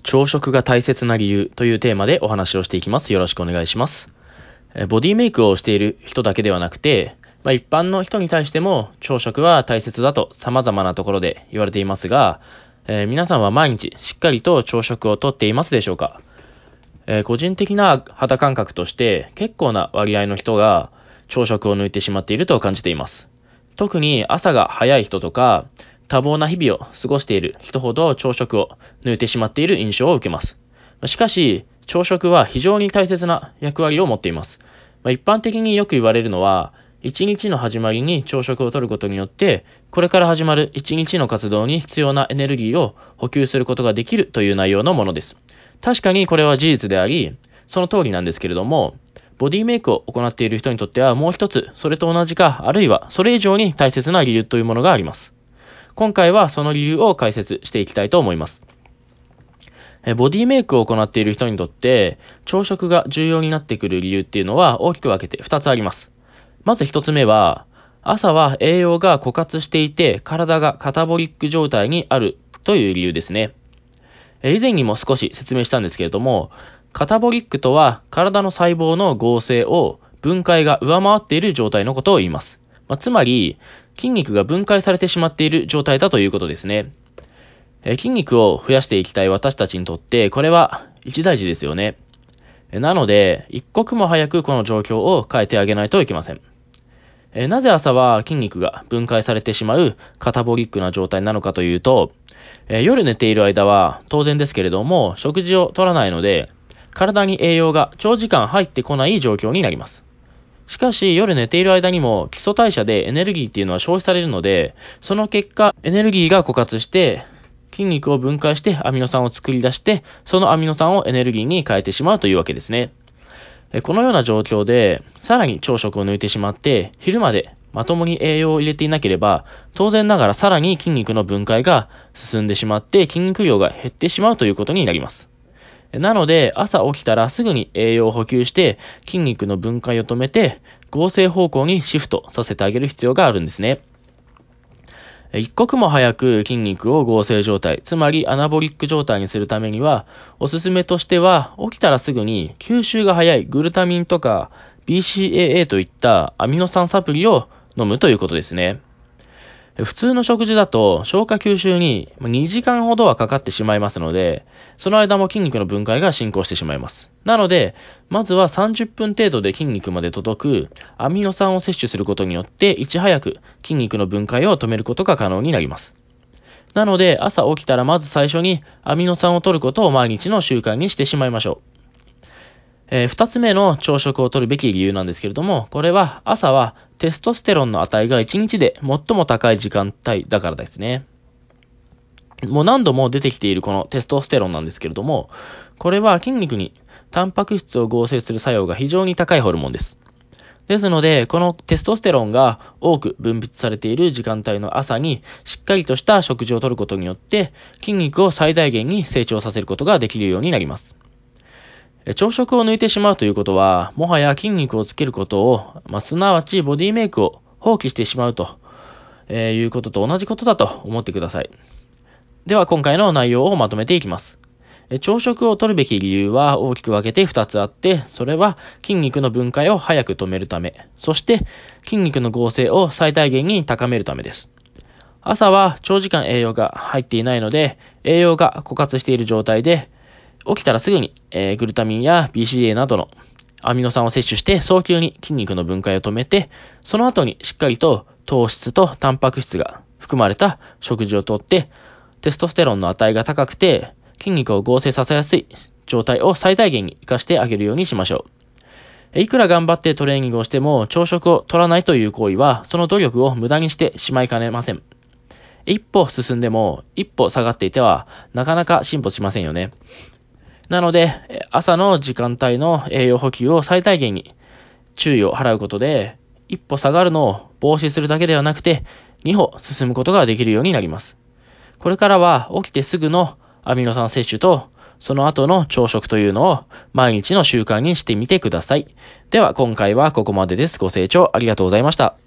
朝食が大切な理由というテーマでお話をしていきます。よろしくお願いします。ボディメイクをしている人だけではなくて、一般の人に対しても朝食は大切だと様々なところで言われていますが、皆さんは毎日しっかりと朝食をとっていますでしょうか？個人的な肌感覚として結構な割合の人が朝食を抜いてしまっていると感じています。特に朝が早い人とか多忙な日々を過ごしている人ほど朝食を抜いてしまっている印象を受けます。しかし朝食は非常に大切な役割を持っています。一般的によく言われるのは、一日の始まりに朝食をとることによってこれから始まる一日の活動に必要なエネルギーを補給することができるという内容のものです。確かにこれは事実であり、その通りなんですけれども、ボディメイクを行っている人にとってはもう一つ、それと同じか、あるいはそれ以上に大切な理由というものがあります。今回はその理由を解説していきたいと思います。ボディメイクを行っている人にとって朝食が重要になってくる理由っていうのは大きく分けて2つあります。まず1つ目は、朝は栄養が枯渇していて体がカタボリック状態にあるという理由ですね。以前にも少し説明したんですけれども、カタボリックとは体の細胞の合成を分解が上回っている状態のことを言います。つまり筋肉が分解されてしまっている状態だということですね。筋肉を増やしていきたい私たちにとってこれは一大事ですよね。なので一刻も早くこの状況を変えてあげないといけません。なぜ朝は筋肉が分解されてしまうカタボリックな状態なのかというと、夜寝ている間は当然ですけれども食事を取らないので体に栄養が長時間入ってこない状況になります。しかし夜寝ている間にも基礎代謝でエネルギーっていうのは消費されるので、その結果エネルギーが枯渇して筋肉を分解してアミノ酸を作り出して、そのアミノ酸をエネルギーに変えてしまうというわけですね。このような状況でさらに朝食を抜いてしまって昼までまともに栄養を入れていなければ、当然ながらさらに筋肉の分解が進んでしまって筋肉量が減ってしまうということになります。なので朝起きたらすぐに栄養を補給して筋肉の分解を止めて合成方向にシフトさせてあげる必要があるんですね。一刻も早く筋肉を合成状態、つまりアナボリック状態にするためには、おすすめとしては起きたらすぐに吸収が早いグルタミンとか BCAA といったアミノ酸サプリを飲むということですね。普通の食事だと消化吸収に2時間ほどはかかってしまいますので、その間も筋肉の分解が進行してしまいます。なので、まずは30分程度で筋肉まで届くアミノ酸を摂取することによって、いち早く筋肉の分解を止めることが可能になります。なので、朝起きたらまず最初にアミノ酸を摂ることを毎日の習慣にしてしまいましょう。二つ目の朝食をとるべき理由なんですけれども、これは朝はテストステロンの値が1日で最も高い時間帯だからですね。もう何度も出てきているこのテストステロンなんですけれども、これは筋肉にタンパク質を合成する作用が非常に高いホルモンです。ですので、このテストステロンが多く分泌されている時間帯の朝にしっかりとした食事をとることによって筋肉を最大限に成長させることができるようになります。朝食を抜いてしまうということは、もはや筋肉をつけることを、すなわちボディメイクを放棄してしまうと、いうことと同じことだと思ってください。では今回の内容をまとめていきます。朝食をとるべき理由は大きく分けて2つあって、それは筋肉の分解を早く止めるため、そして筋肉の合成を最大限に高めるためです。朝は長時間栄養が入っていないので、栄養が枯渇している状態で、起きたらすぐに、グルタミンや BCA などのアミノ酸を摂取して早急に筋肉の分解を止めて、その後にしっかりと糖質とタンパク質が含まれた食事をとって、テストステロンの値が高くて筋肉を合成させやすい状態を最大限に活かしてあげるようにしましょう。いくら頑張ってトレーニングをしても朝食を取らないという行為はその努力を無駄にしてしまいかねません。一歩進んでも一歩下がっていてはなかなか進歩しませんよね。なので、朝の時間帯の栄養補給を最大限に注意を払うことで、一歩下がるのを防止するだけではなくて、二歩進むことができるようになります。これからは起きてすぐのアミノ酸摂取と、その後の朝食というのを毎日の習慣にしてみてください。では今回はここまでです。ご清聴ありがとうございました。